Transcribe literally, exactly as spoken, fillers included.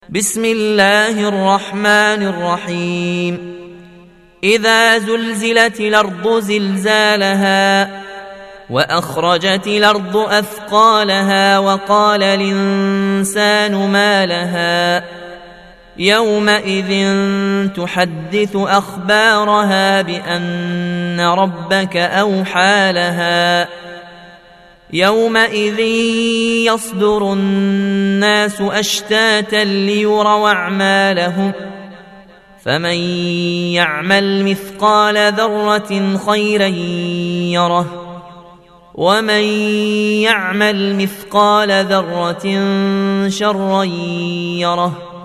بسم الله الرحمن الرحيم إذا زلزلت الأرض زلزالها وأخرجت الأرض أثقالها وقال الإنسان ما لها يومئذ تحدث أخبارها بأن ربك أوحى لها يومئذ يصدر الناس أشتاتا ليروا أعمالهم فمن يعمل مثقال ذرة خيرا يره ومن يعمل مثقال ذرة شرا يره